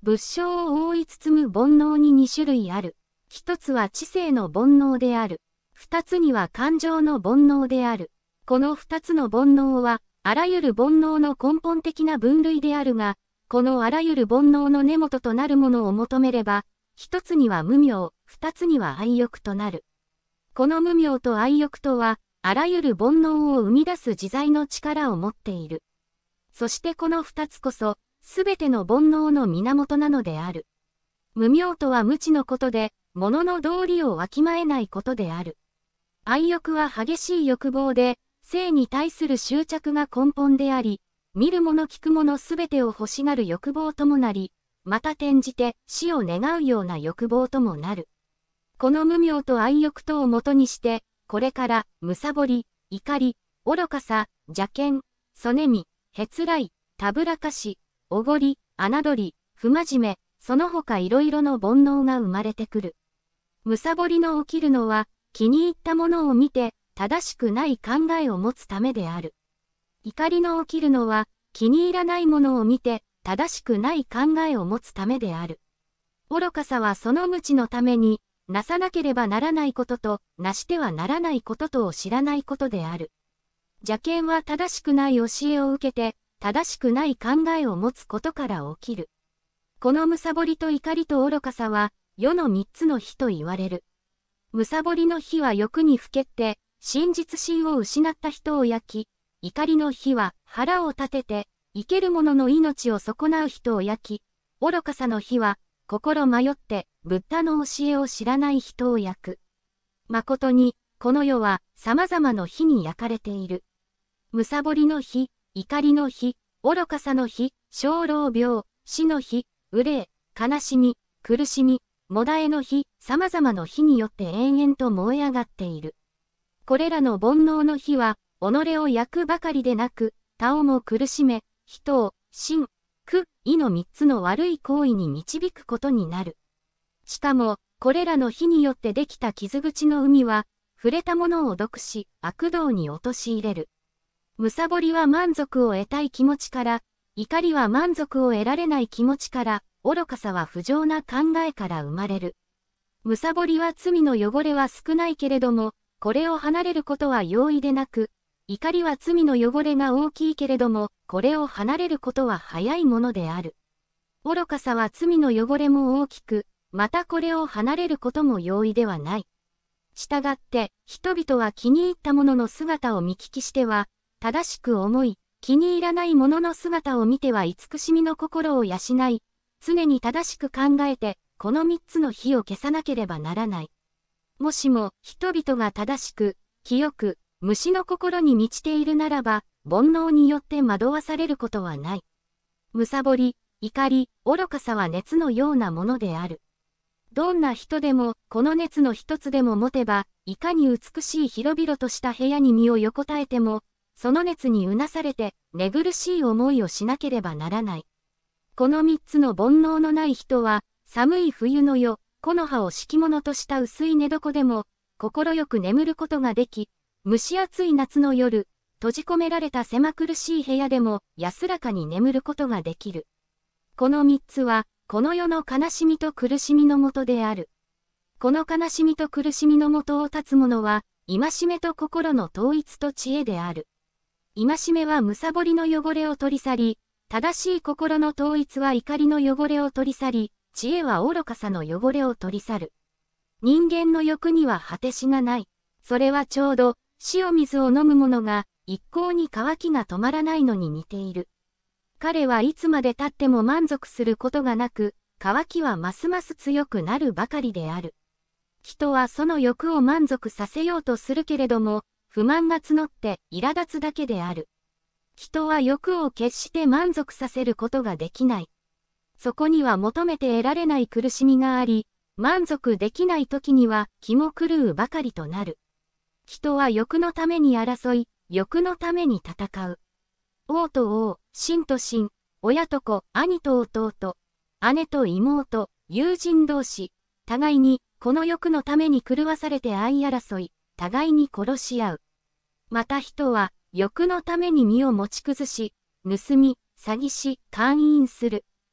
物象を覆い包む煩悩に2種類ある。一つは知性の煩悩である。二つには感情の煩悩である。この二つの煩悩は、あらゆる煩悩の根本的な分類であるが、このあらゆる煩悩の根元となるものを求めれば、一つには無明、二つには愛欲となる。この無明と愛欲とは、あらゆる煩悩を生み出す自在の力を持っている。そしてこの二つこそ、すべての煩悩の源なのである。無明とは無知のことで、物の道理をわきまえないことである。愛欲は激しい欲望で、性に対する執着が根本であり、見るもの聞くものすべてを欲しがる欲望ともなり、また転じて死を願うような欲望ともなる。この無明と愛欲とをもとにして、これから、貪り、怒り、愚かさ、邪見、そねみ、へつらい、たぶらかし、おごり、侮り、不真面目、その他いろいろの煩悩が生まれてくる。貪りの起きるのは、気に入ったものを見て、正しくない考えを持つためである。怒りの起きるのは、気に入らないものを見て、正しくない考えを持つためである。愚かさはその無知のために、なさなければならないことと、なしてはならないこととを知らないことである。邪見は正しくない教えを受けて、正しくない考えを持つことから起きる。この貪りと怒りと愚かさは、世の三つの火と言われる。貪りの火は欲にふけって、真実心を失った人を焼き、怒りの火は腹を立てて、生ける者の命を損なう人を焼き、愚かさの火は、心迷って、ブッダの教えを知らない人を焼く。誠に、この世は様々な火に焼かれている。貪りの火、怒りの火、愚かさの火、生老病、死の火、憂い、悲しみ、苦しみ、もだえの火、様々な火によって延々と燃え上がっている。これらの煩悩の火は、己を焼くばかりでなく、他をも苦しめ、人を、心、苦、意の三つの悪い行為に導くことになる。しかも、これらの火によってできた傷口の海は、触れたものを毒し、悪道に陥れる。貪りは満足を得たい気持ちから、怒りは満足を得られない気持ちから、愚かさは不浄な考えから生まれる。貪りは罪の汚れは少ないけれども、これを離れることは容易でなく、怒りは罪の汚れが大きいけれども、これを離れることは早いものである。愚かさは罪の汚れも大きく、またこれを離れることも容易ではない。したがって、人々は気に入ったものの姿を見聞きしては、正しく思い、気に入らないものの姿を見ては慈しみの心を養い、常に正しく考えて、この三つの火を消さなければならない。もしも、人々が正しく、清く、無私の心に満ちているならば、煩悩によって惑わされることはない。貪り、怒り、愚かさは熱のようなものである。どんな人でも、この熱の一つでも持てば、いかに美しい広々とした部屋に身を横たえても、その熱にうなされて、寝苦しい思いをしなければならない。この三つの煩悩のない人は、寒い冬の夜、木の葉を敷物とした薄い寝床でも、心よく眠ることができ、蒸し暑い夏の夜、閉じ込められた狭苦しい部屋でも安らかに眠ることができる。この三つは、この世の悲しみと苦しみのもとである。この悲しみと苦しみのもとを断つ者は、戒めと心の統一と知恵である。戒めは貪りの汚れを取り去り、正しい心の統一は怒りの汚れを取り去り、知恵は愚かさの汚れを取り去る。人間の欲には果てしがない。それはちょうど、塩水を飲む者が、一向に渇きが止まらないのに似ている。彼はいつまで経っても満足することがなく、渇きはますます強くなるばかりである。人はその欲を満足させようとするけれども、不満が募って苛立つだけである。人は欲を決して満足させることができない。そこには求めて得られない苦しみがあり、満足できない時には気も狂うばかりとなる。人は欲のために争い、欲のために戦う。王と王、親と親、親と子、兄と弟、姉と妹、友人同士、互いにこの欲のために狂わされて相争い、互いに殺し合う。また人は欲のために身を持ち崩し、盗み、詐欺し、姦淫する。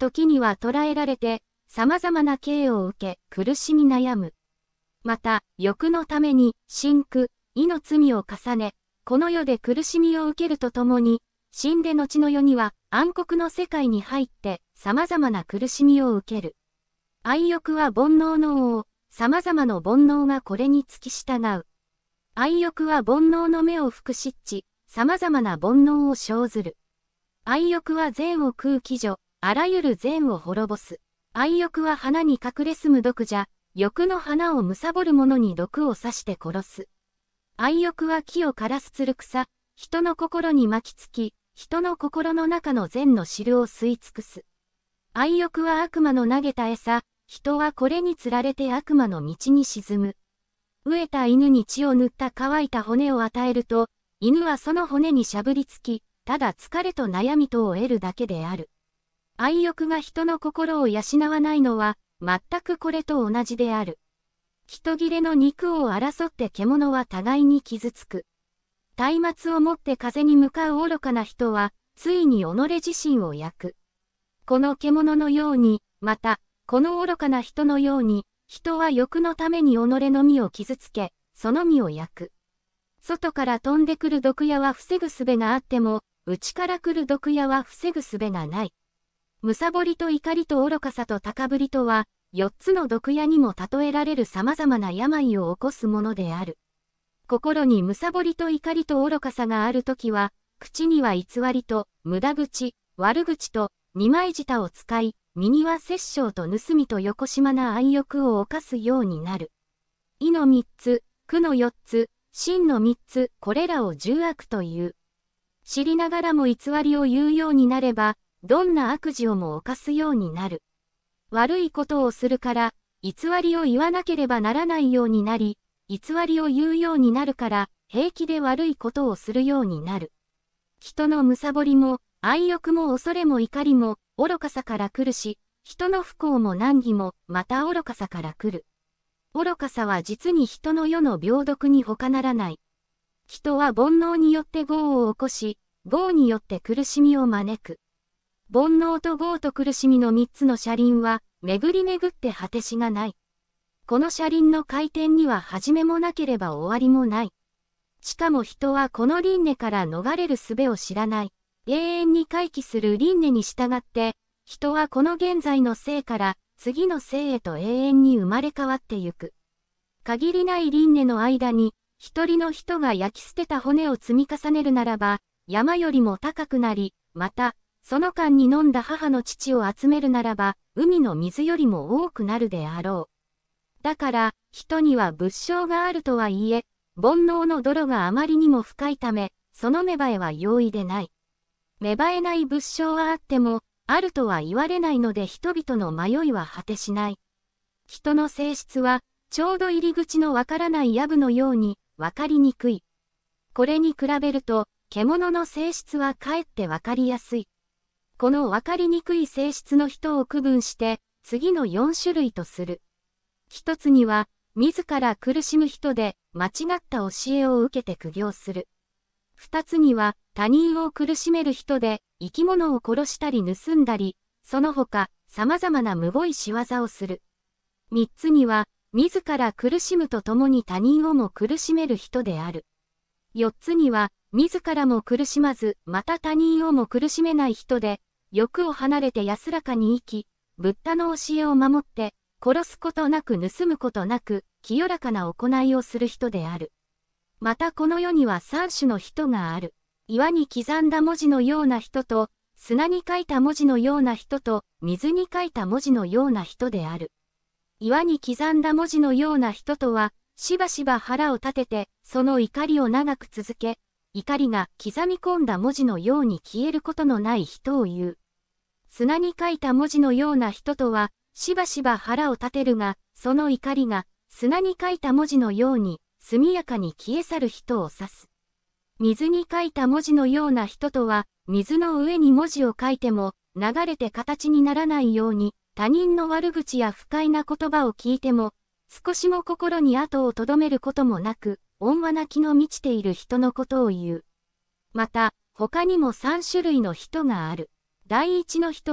時には捕らえられて、様々な刑を受け、苦しみ悩む。また、欲のために、辛苦、意の罪を重ね、この世で苦しみを受けるとともに、死んで後の世には暗黒の世界に入って様々な苦しみを受ける。愛欲は煩悩の王、様々な煩悩がこれに付き従う。愛欲は煩悩の目を吹く湿地、様々な煩悩を生ずる。愛欲は善を食う鬼女、あらゆる善を滅ぼす。愛欲は花に隠れ住む毒じゃ、欲の花を貪る者に毒を刺して殺す。愛欲は木を枯らすつる草、人の心に巻きつき、人の心の中の善の汁を吸い尽くす。愛欲は悪魔の投げた餌、人はこれに釣られて悪魔の道に沈む。飢えた犬に血を塗った乾いた骨を与えると、犬はその骨にしゃぶりつき、ただ疲れと悩みとを得るだけである。愛欲が人の心を養わないのは、全くこれと同じである。人切れの肉を争って獣は互いに傷つく。松明を持って風に向かう愚かな人は、ついに己自身を焼く。この獣のように、また、この愚かな人のように、人は欲のために己の身を傷つけ、その身を焼く。外から飛んでくる毒矢は防ぐ術があっても、内から来る毒矢は防ぐ術がない。貪りと怒りと愚かさと高ぶりとは、4つの毒矢にも例えられる様々な病を起こすものである。心に貪りと怒りと愚かさがあるときは、口には偽りと、無駄口、悪口と、二枚舌を使い、身には殺生と盗みとよこしまな愛欲を犯すようになる。意の3つ、苦の4つ、心の3つ、これらを重悪という。知りながらも偽りを言うようになれば、どんな悪事をも犯すようになる。悪いことをするから、偽りを言わなければならないようになり、偽りを言うようになるから、平気で悪いことをするようになる。人の貪りも、愛欲も恐れも怒りも、愚かさから来るし、人の不幸も難儀も、また愚かさから来る。愚かさは実に人の世の病毒に他ならない。人は煩悩によって業を起こし、業によって苦しみを招く。煩悩と業と苦しみの3つの車輪は、巡り巡って果てしがない。この車輪の回転には始めもなければ終わりもない。しかも人はこの輪廻から逃れる術を知らない。永遠に回帰する輪廻に従って、人はこの現在の生から次の生へと永遠に生まれ変わってゆく。限りない輪廻の間に、一人の人が焼き捨てた骨を積み重ねるならば、山よりも高くなり、また、その間に飲んだ母の乳を集めるならば、海の水よりも多くなるであろう。だから、人には物証があるとはいえ、煩悩の泥があまりにも深いため、その芽生えは容易でない。芽生えない物証はあっても、あるとは言われないので人々の迷いは果てしない。人の性質は、ちょうど入り口のわからない藪のように、わかりにくい。これに比べると、獣の性質はかえってわかりやすい。このわかりにくい性質の人を区分して、次の4種類とする。一つには、自ら苦しむ人で、間違った教えを受けて苦行する。二つには、他人を苦しめる人で、生き物を殺したり盗んだり、その他、様々なむごい仕業をする。三つには、自ら苦しむとともに他人をも苦しめる人である。四つには、自らも苦しまず、また他人をも苦しめない人で、欲を離れて安らかに生き、ブッダの教えを守って、殺すことなく盗むことなく、清らかな行いをする人である。またこの世には3種の人がある。岩に刻んだ文字のような人と、砂に書いた文字のような人と、水に書いた文字のような人である。岩に刻んだ文字のような人とは、しばしば腹を立てて、その怒りを長く続け、怒りが刻み込んだ文字のように消えることのない人を言う。砂に書いた文字のような人とは、しばしば腹を立てるが、その怒りが砂に書いた文字のように速やかに消え去る人を指す。水に書いた文字のような人とは、水の上に文字を書いても流れて形にならないように、他人の悪口や不快な言葉を聞いても、少しも心に跡を留めることもなく、温和な気の満ちている人のことを言う。また、他にも3種類の人がある。第一の人は、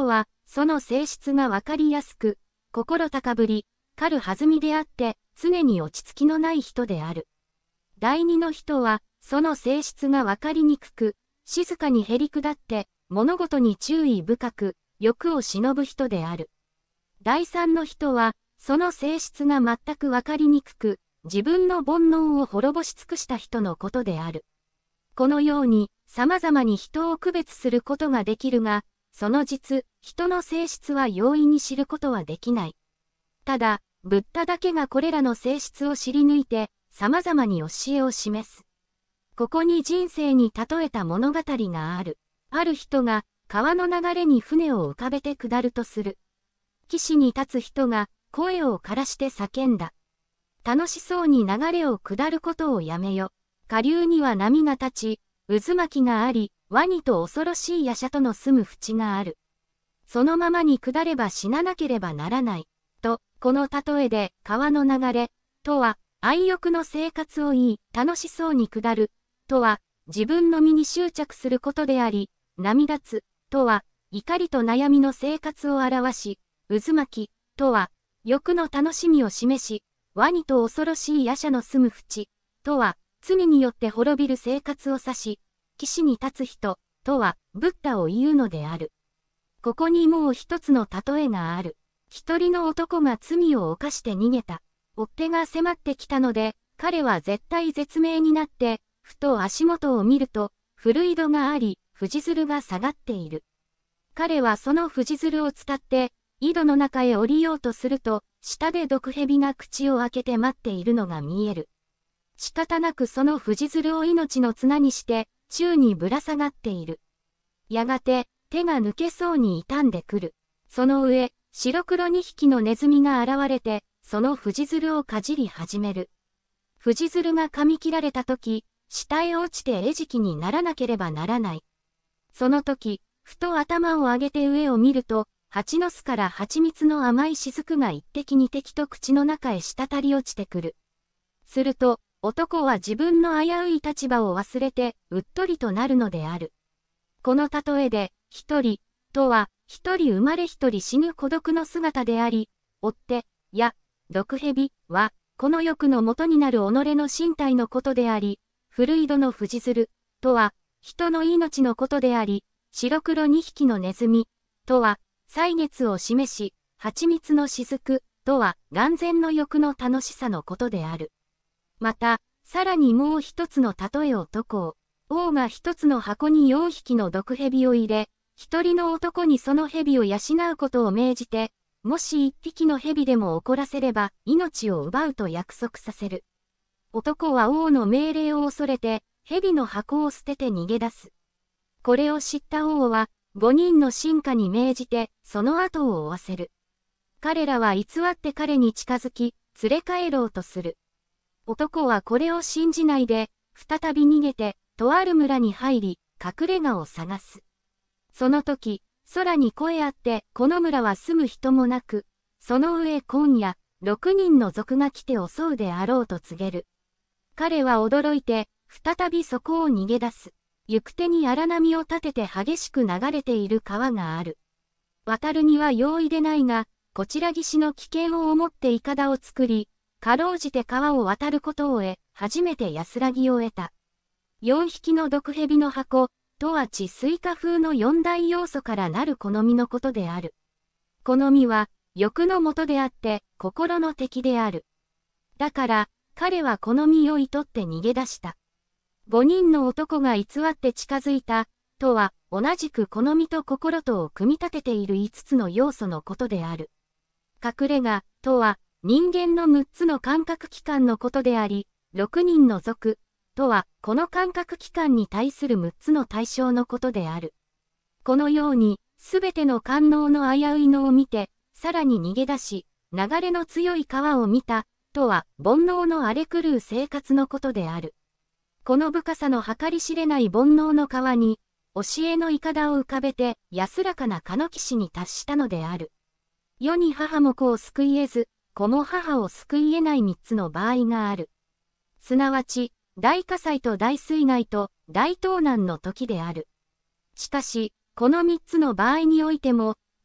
その性質がわかりやすく、心高ぶり、軽はずみであって、常に落ち着きのない人である。第二の人は、その性質がわかりにくく、静かにへりくだって、物事に注意深く、欲を忍ぶ人である。第三の人は、その性質が全くわかりにくく、自分の煩悩を滅ぼし尽くした人のことである。このように、様々に人を区別することができるが、その実、人の性質は容易に知ることはできない。ただ、ブッダだけがこれらの性質を知り抜いて、様々に教えを示す。ここに人生に例えた物語がある。ある人が、川の流れに船を浮かべて下るとする。岸に立つ人が、声を枯らして叫んだ。楽しそうに流れを下ることをやめよ。下流には波が立ち、渦巻きがあり、ワニと恐ろしい夜叉との住む淵がある。そのままに下れば死ななければならない。と、この例えで、川の流れ、とは、愛欲の生活を言い、楽しそうに下る、とは、自分の身に執着することであり、波立つ、とは、怒りと悩みの生活を表し、渦巻き、とは、欲の楽しみを示し、ワニと恐ろしい夜叉の住む淵、とは、罪によって滅びる生活を指し、岸に立つ人、とは、ブッダを言うのである。ここにもう一つの例えがある。一人の男が罪を犯して逃げた。追っ手が迫ってきたので、彼は絶対絶命になって、ふと足元を見ると、古井戸があり、藤蔓が下がっている。彼はその藤蔓を伝って、井戸の中へ降りようとすると、下で毒蛇が口を開けて待っているのが見える。仕方なくその藤蔓を命の綱にして、宙にぶら下がっている。やがて、手が抜けそうに傷んでくる。その上、白黒2匹のネズミが現れて、その藤蔓をかじり始める。藤蔓が噛み切られたとき、下へ落ちて餌食にならなければならない。その時、ふと頭を上げて上を見ると、蜂の巣から蜂蜜の甘い雫が一滴二滴と口の中へ滴り落ちてくる。すると、男は自分の危うい立場を忘れて、うっとりとなるのである。この例えで、一人、とは、一人生まれ一人死ぬ孤独の姿であり、追っ手、や、毒蛇は、この欲の元になる己の身体のことであり、古井戸の藤蔓、とは、人の命のことであり、白黒二匹のネズミ、とは、歳月を示し、蜂蜜の雫、とは、眼前の欲の楽しさのことである。また、さらにもう一つの例えを説こう。王が一つの箱に4匹の毒蛇を入れ、一人の男にその蛇を養うことを命じて、もし一匹の蛇でも怒らせれば、命を奪うと約束させる。男は王の命令を恐れて、蛇の箱を捨てて逃げ出す。これを知った王は、5人の臣下に命じて、その後を追わせる。彼らは偽って彼に近づき、連れ帰ろうとする。男はこれを信じないで、再び逃げて、とある村に入り、隠れ家を探す。その時、空に声あって、この村は住む人もなく、その上今夜、6人の賊が来て襲うであろうと告げる。彼は驚いて、再びそこを逃げ出す。行く手に荒波を立てて激しく流れている川がある。渡るには容易でないが、こちら岸の危険を思って筏を作り、かろうじて川を渡ることを得、初めて安らぎを得た。4匹の毒蛇の箱、とは地水化風の4大要素からなる好みのことである。好みは、欲の元であって、心の敵である。だから、彼は好みを厭って逃げ出した。5人の男が偽って近づいた、とは、同じく好みと心とを組み立てている5つの要素のことである。隠れ家、とは、人間の6つの感覚器官のことであり、6人の賊、とは、この感覚器官に対する6つの対象のことである。このように、すべての官能の危ういのを見て、さらに逃げ出し、流れの強い川を見た、とは、煩悩の荒れ狂う生活のことである。この深さの計り知れない煩悩の川に、教えの筏を浮かべて、安らかな鹿の岸に達したのである。世に母も子を救い得ず、子も母を救い得ない3つの場合がある。すなわち、大火災と大水害と大盗難の時である。しかし、この3つの場合においても、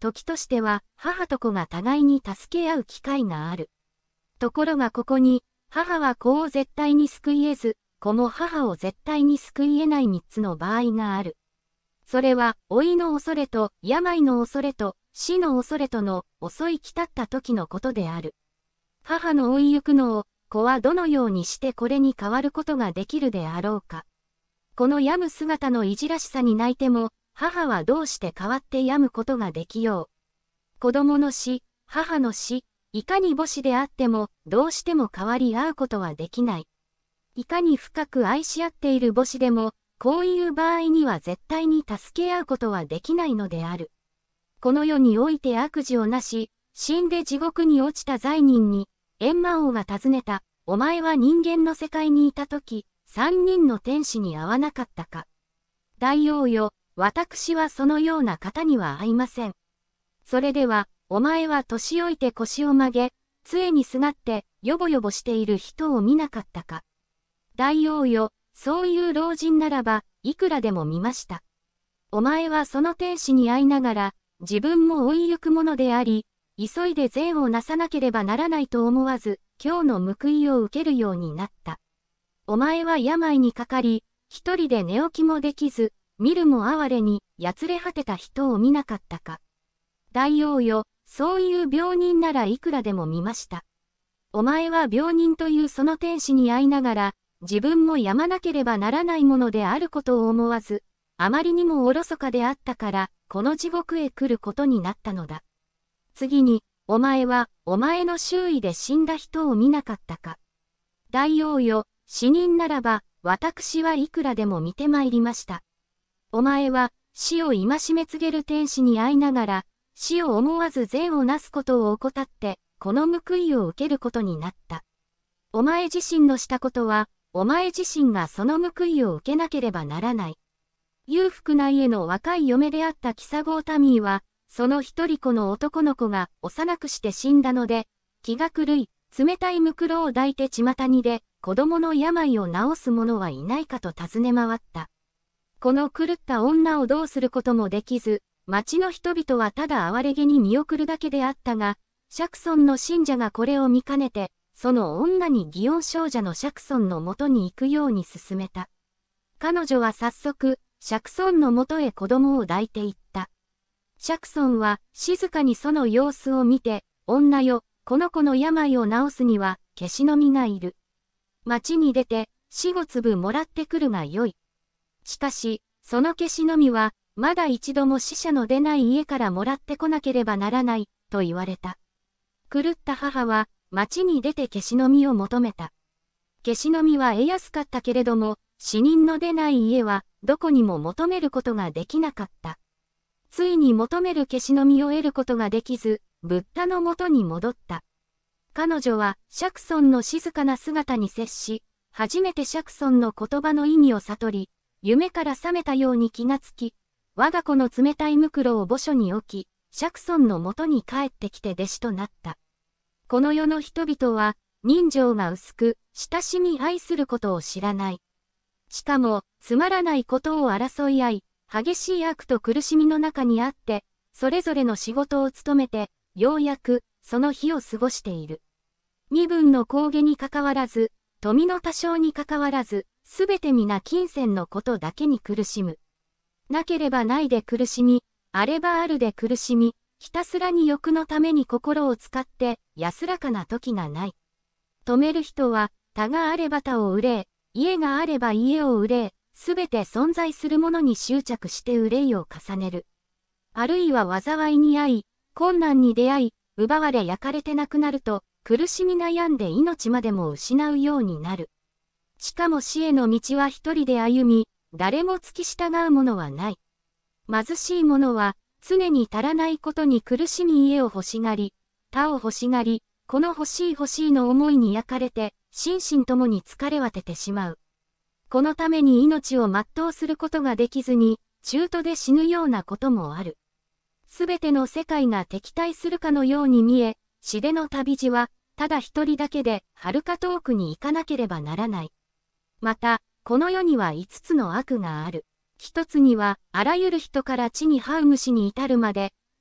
時としては母と子が互いに助け合う機会がある。ところがここに、母は子を絶対に救い得ず、子も母を絶対に救い得ない3つの場合がある。それは、老いの恐れと、病の恐れと、死の恐れとの、遅い来たった時のことである。母の老いゆくのを、子はどのようにしてこれに変わることができるであろうか。この病む姿のいじらしさに泣いても、母はどうして変わって病むことができよう。子供の死、母の死、いかに母子であっても、どうしても変わり合うことはできない。いかに深く愛し合っている母子でも、こういう場合には絶対に助け合うことはできないのである。この世において悪事をなし、死んで地獄に落ちた罪人に、閻魔王が尋ねた、お前は人間の世界にいたとき、3人の天使に会わなかったか。大王よ、私はそのような方には会いません。それでは、お前は年老いて腰を曲げ、杖にすがって、よぼよぼしている人を見なかったか。大王よ、そういう老人ならば、いくらでも見ました。お前はその天使に会いながら、自分も老いゆくものであり、急いで善をなさなければならないと思わず、今日の報いを受けるようになった。お前は病にかかり、一人で寝起きもできず、見るも哀れに、やつれ果てた人を見なかったか。大王よ、そういう病人ならいくらでも見ました。お前は病人というその天使に会いながら、自分もやまなければならないものであることを思わず、あまりにもおろそかであったから、この地獄へ来ることになったのだ。次に、お前は、お前の周囲で死んだ人を見なかったか。大王よ、死人ならば、私はいくらでも見てまいりました。お前は、死を戒め告げる天使に会いながら、死を思わず善をなすことを怠って、この報いを受けることになった。お前自身のしたことは、お前自身がその報いを受けなければならない。裕福な家の若い嫁であったキサゴータミーは、その一人子の男の子が幼くして死んだので、気が狂い、冷たいむくろを抱いて巷にで、子供の病を治す者はいないかと尋ね回った。この狂った女をどうすることもできず、町の人々はただ哀れげに見送るだけであったが、釈尊の信者がこれを見かねて、その女に祇園精舎の釈尊のもとに行くように勧めた。彼女は早速、釈尊のもとへ子供を抱いて行った。釈尊は静かにその様子を見て、女よ、この子の病を治すには、消しの実がいる。町に出て、4、5粒もらってくるがよい。しかし、その消しの実は、まだ一度も死者の出ない家からもらってこなければならない、と言われた。狂った母は、町に出て消しの実を求めた。消しの実は得やすかったけれども、死人の出ない家は、どこにも求めることができなかった。ついに求める消しの実を得ることができず、ブッダのもとに戻った。彼女は、釈尊の静かな姿に接し、初めて釈尊の言葉の意味を悟り、夢から覚めたように気がつき、我が子の冷たいむくろを墓所に置き、釈尊のもとに帰ってきて弟子となった。この世の人々は、人情が薄く、親しみ愛することを知らない。しかも、つまらないことを争い合い、激しい悪と苦しみの中にあって、それぞれの仕事を務めて、ようやく、その日を過ごしている。身分の高下にかかわらず、富の多少にかかわらず、すべて皆金銭のことだけに苦しむ。なければないで苦しみ、あればあるで苦しみ、ひたすらに欲のために心を使って安らかな時がない。止める人は、田があれば田を憂え、家があれば家を憂え、すべて存在するものに執着して憂いを重ねる。あるいは災いに遭い、困難に出会い、奪われ焼かれて亡くなると、苦しみ悩んで命までも失うようになる。しかも死への道は一人で歩み、誰も付き従うものはない。貧しい者は、常に足らないことに苦しみ家を欲しがり、他を欲しがり、この欲しい欲しいの思いに焼かれて、心身ともに疲れ果ててしまう。このために命を全うすることができずに、中途で死ぬようなこともある。すべての世界が敵対するかのように見え、死での旅路は、ただ一人だけで、遥か遠くに行かなければならない。また、この世には5つの悪がある。一つには、あらゆる人から地に這う虫に至るまで、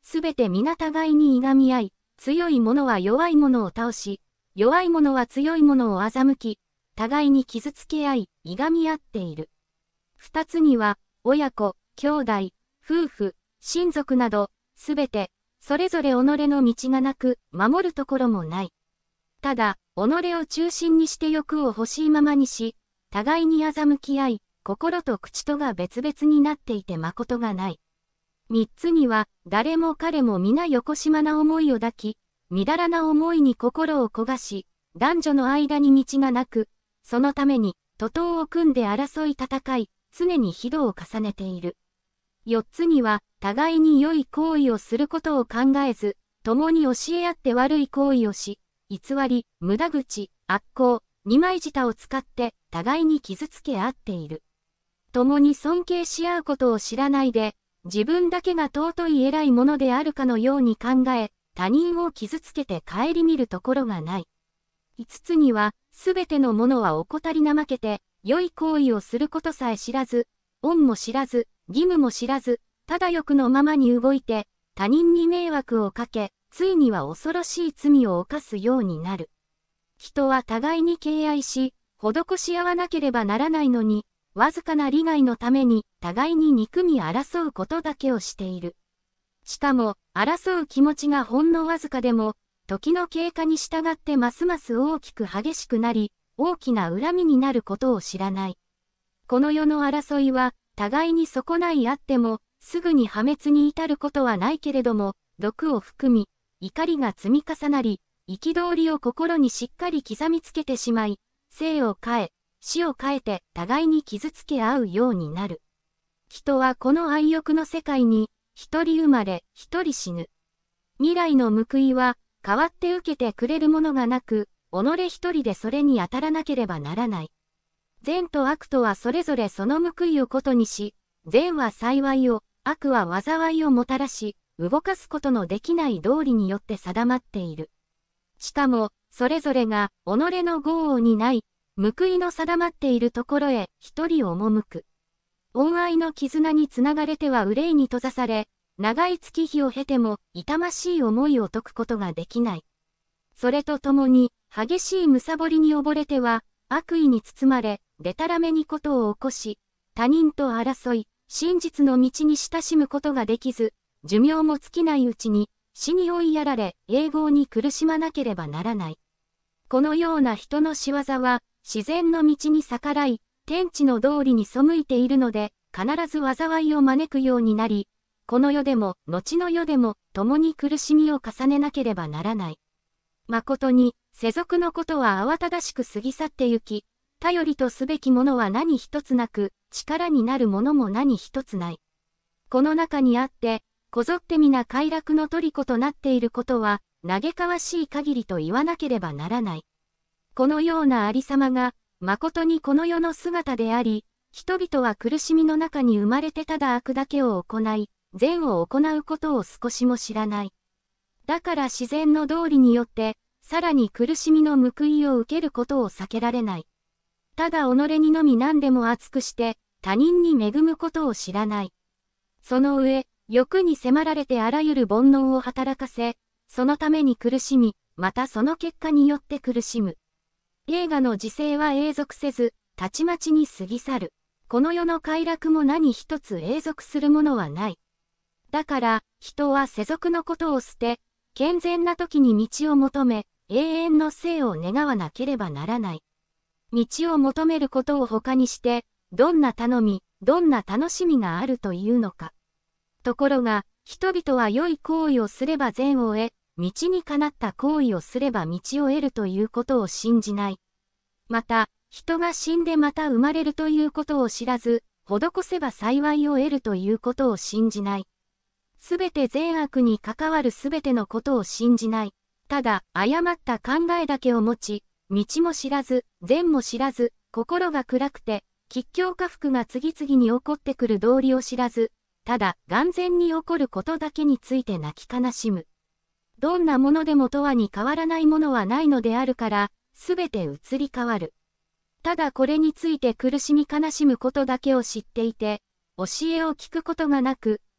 すべて皆互いにいがみ合い、強い者は弱い者を倒し、弱い者は強い者を欺き、互いに傷つけ合い、いがみ合っている。二つには、親子、兄弟、夫婦、親族など、すべて、それぞれ己の道がなく、守るところもない。ただ、己を中心にして欲を欲しいままにし、互いに欺き合い、心と口とが別々になっていて誠がない。三つには、誰も彼も皆よこしまな思いを抱き、みだらな思いに心を焦がし、男女の間に道がなく、そのために、徒党を組んで争い戦い、常に非道を重ねている。四つには、互いに良い行為をすることを考えず、共に教え合って悪い行為をし、偽り、無駄口、悪行、二枚舌を使って、互いに傷つけ合っている。共に尊敬し合うことを知らないで、自分だけが尊い偉いものであるかのように考え、他人を傷つけて顧みるところがない。五つには、すべてのものは怠り怠けて、良い行為をすることさえ知らず、恩も知らず、義務も知らず、ただ欲のままに動いて、他人に迷惑をかけ、ついには恐ろしい罪を犯すようになる。人は互いに敬愛し、施し合わなければならないのに、わずかな利害のために、互いに憎み争うことだけをしている。しかも、争う気持ちがほんのわずかでも、時の経過に従ってますます大きく激しくなり、大きな恨みになることを知らない。この世の争いは、互いに損ないあっても、すぐに破滅に至ることはないけれども、毒を含み、怒りが積み重なり、憤りを心にしっかり刻みつけてしまい、生を変え、死を変えて互いに傷つけ合うようになる。人はこの愛欲の世界に、一人生まれ、一人死ぬ。未来の報いは、代わって受けてくれるものがなく、己一人でそれに当たらなければならない。善と悪とはそれぞれその報いをことにし、善は幸いを、悪は災いをもたらし、動かすことのできない道理によって定まっている。しかも、それぞれが、己の業を担い、報いの定まっているところへ、一人赴く。恩愛の絆につながれては憂いに閉ざされ、長い月日を経ても、痛ましい思いを解くことができない。それとともに、激しい貪りに溺れては、悪意に包まれ、でたらめにことを起こし、他人と争い、真実の道に親しむことができず、寿命も尽きないうちに、死に追いやられ、永劫に苦しまなければならない。このような人の仕業は、自然の道に逆らい、天地の道理に背いているので、必ず災いを招くようになり、この世でも、後の世でも、共に苦しみを重ねなければならない。誠に、世俗のことは慌ただしく過ぎ去ってゆき、頼りとすべきものは何一つなく、力になるものも何一つない。この中にあって、こぞって皆快楽の虜となっていることは、嘆かわしい限りと言わなければならない。このようなありさまが、誠にこの世の姿であり、人々は苦しみの中に生まれてただ悪だけを行い、善を行うことを少しも知らない。だから自然の道理によって、さらに苦しみの報いを受けることを避けられない。ただ己にのみ何でも厚くして、他人に恵むことを知らない。その上、欲に迫られてあらゆる煩悩を働かせ、そのために苦しみ、またその結果によって苦しむ。映画の時世は永続せず、たちまちに過ぎ去る。この世の快楽も何一つ永続するものはない。だから、人は世俗のことを捨て、健全な時に道を求め、永遠の生を願わなければならない。道を求めることを他にして、どんな頼み、どんな楽しみがあるというのか。ところが、人々は良い行為をすれば善を得、道にかなった行為をすれば道を得るということを信じない。また、人が死んでまた生まれるということを知らず、施せば幸いを得るということを信じない。すべて善悪に関わるすべてのことを信じない。ただ、誤った考えだけを持ち、道も知らず、善も知らず、心が暗くて、吉凶禍福が次々に起こってくる道理を知らず、ただ、眼前に起こることだけについて泣き悲しむ。どんなものでも永遠に変わらないものはないのであるから、すべて移り変わる。ただこれについて苦しみ悲しむことだけを知っていて、教えを聞くことがなく、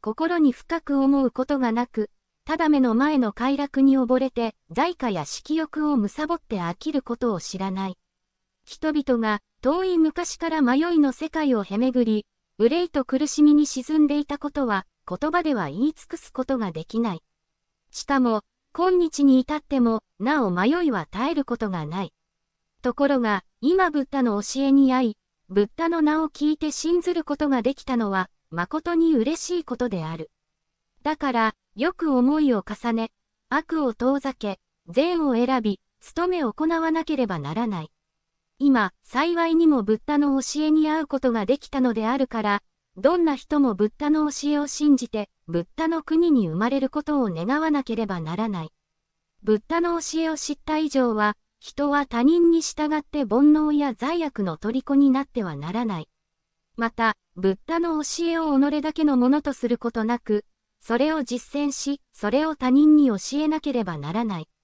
心に深く思うことがなく、ただ目の前の快楽に溺れて、財貨や色欲を貪って飽きることを知らない。人々が遠い昔から迷いの世界をへめぐり、憂いと苦しみに沈んでいたことは、言葉では言い尽くすことができない。しかも、今日に至っても、なお迷いは絶えることがない。ところが、今ブッダの教えに合い、ブッダの名を聞いて信ずることができたのは、誠に嬉しいことである。だから、よく思いを重ね、悪を遠ざけ、善を選び、努めを行わなければならない。今、幸いにもブッダの教えに合うことができたのであるから、どんな人もブッダの教えを信じて、ブッダの国に生まれることを願わなければならない。ブッダの教えを知った以上は、人は他人に従って煩悩や罪悪の虜になってはならない。また、ブッダの教えを己だけのものとすることなく、それを実践し、それを他人に教えなければならない。